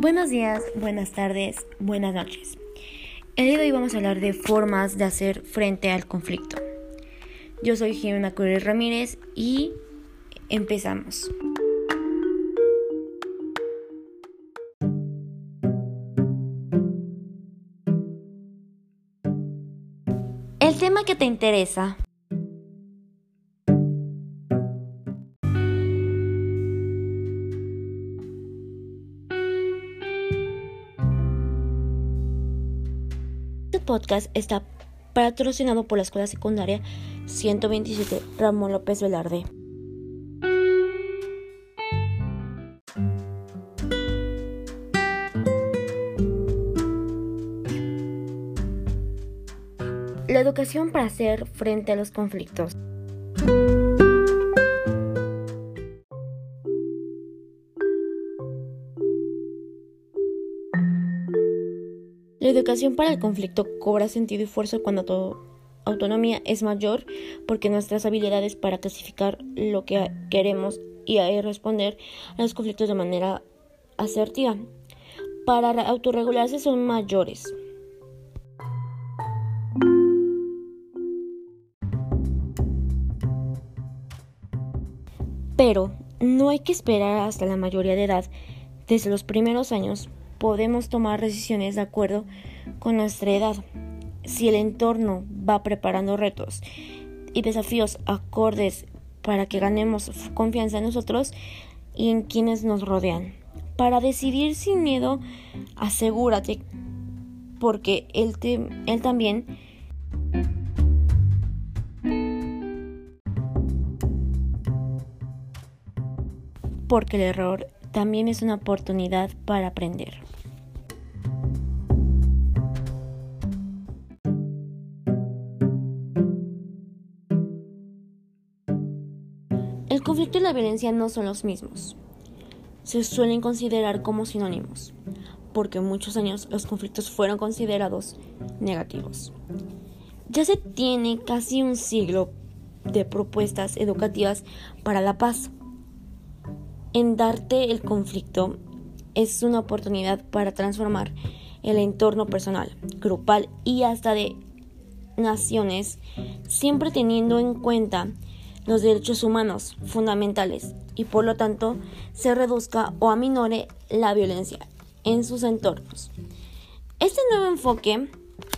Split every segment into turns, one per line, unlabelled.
Buenos días, buenas tardes, buenas noches. El día de hoy vamos a hablar de formas de hacer frente al conflicto. Yo soy Jimena Correa Ramírez y empezamos. El tema que te interesa. Este podcast está patrocinado por la Escuela Secundaria 127 Ramón López Velarde. La educación para hacer frente a los conflictos. La educación para el conflicto cobra sentido y fuerza cuando tu autonomía es mayor, porque nuestras habilidades para clasificar lo que queremos y responder a los conflictos de manera asertiva para autorregularse son mayores. Pero no hay que esperar hasta la mayoría de edad. Desde los primeros años podemos tomar decisiones de acuerdo con nuestra edad. Si el entorno va preparando retos y desafíos acordes para que ganemos confianza en nosotros y en quienes nos rodean. Para decidir sin miedo, asegúrate, porque él también porque el error también es una oportunidad para aprender. El conflicto y la violencia no son los mismos. Se suelen considerar como sinónimos, porque en muchos años los conflictos fueron considerados negativos. Ya se tiene casi un siglo de propuestas educativas para la paz. En darte el conflicto es una oportunidad para transformar el entorno personal, grupal y hasta de naciones, siempre teniendo en cuenta los derechos humanos fundamentales y por lo tanto se reduzca o aminore la violencia en sus entornos. Este nuevo enfoque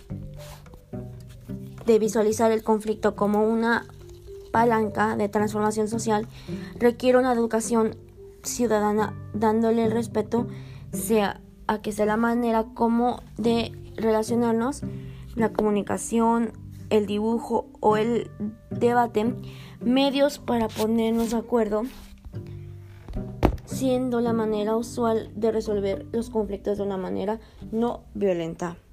de visualizar el conflicto como una palanca de transformación social requiere una educación ciudadana, dándole el respeto sea la manera como de relacionarnos, la comunicación, el dibujo o el debate, medios para ponernos de acuerdo, siendo la manera usual de resolver los conflictos de una manera no violenta.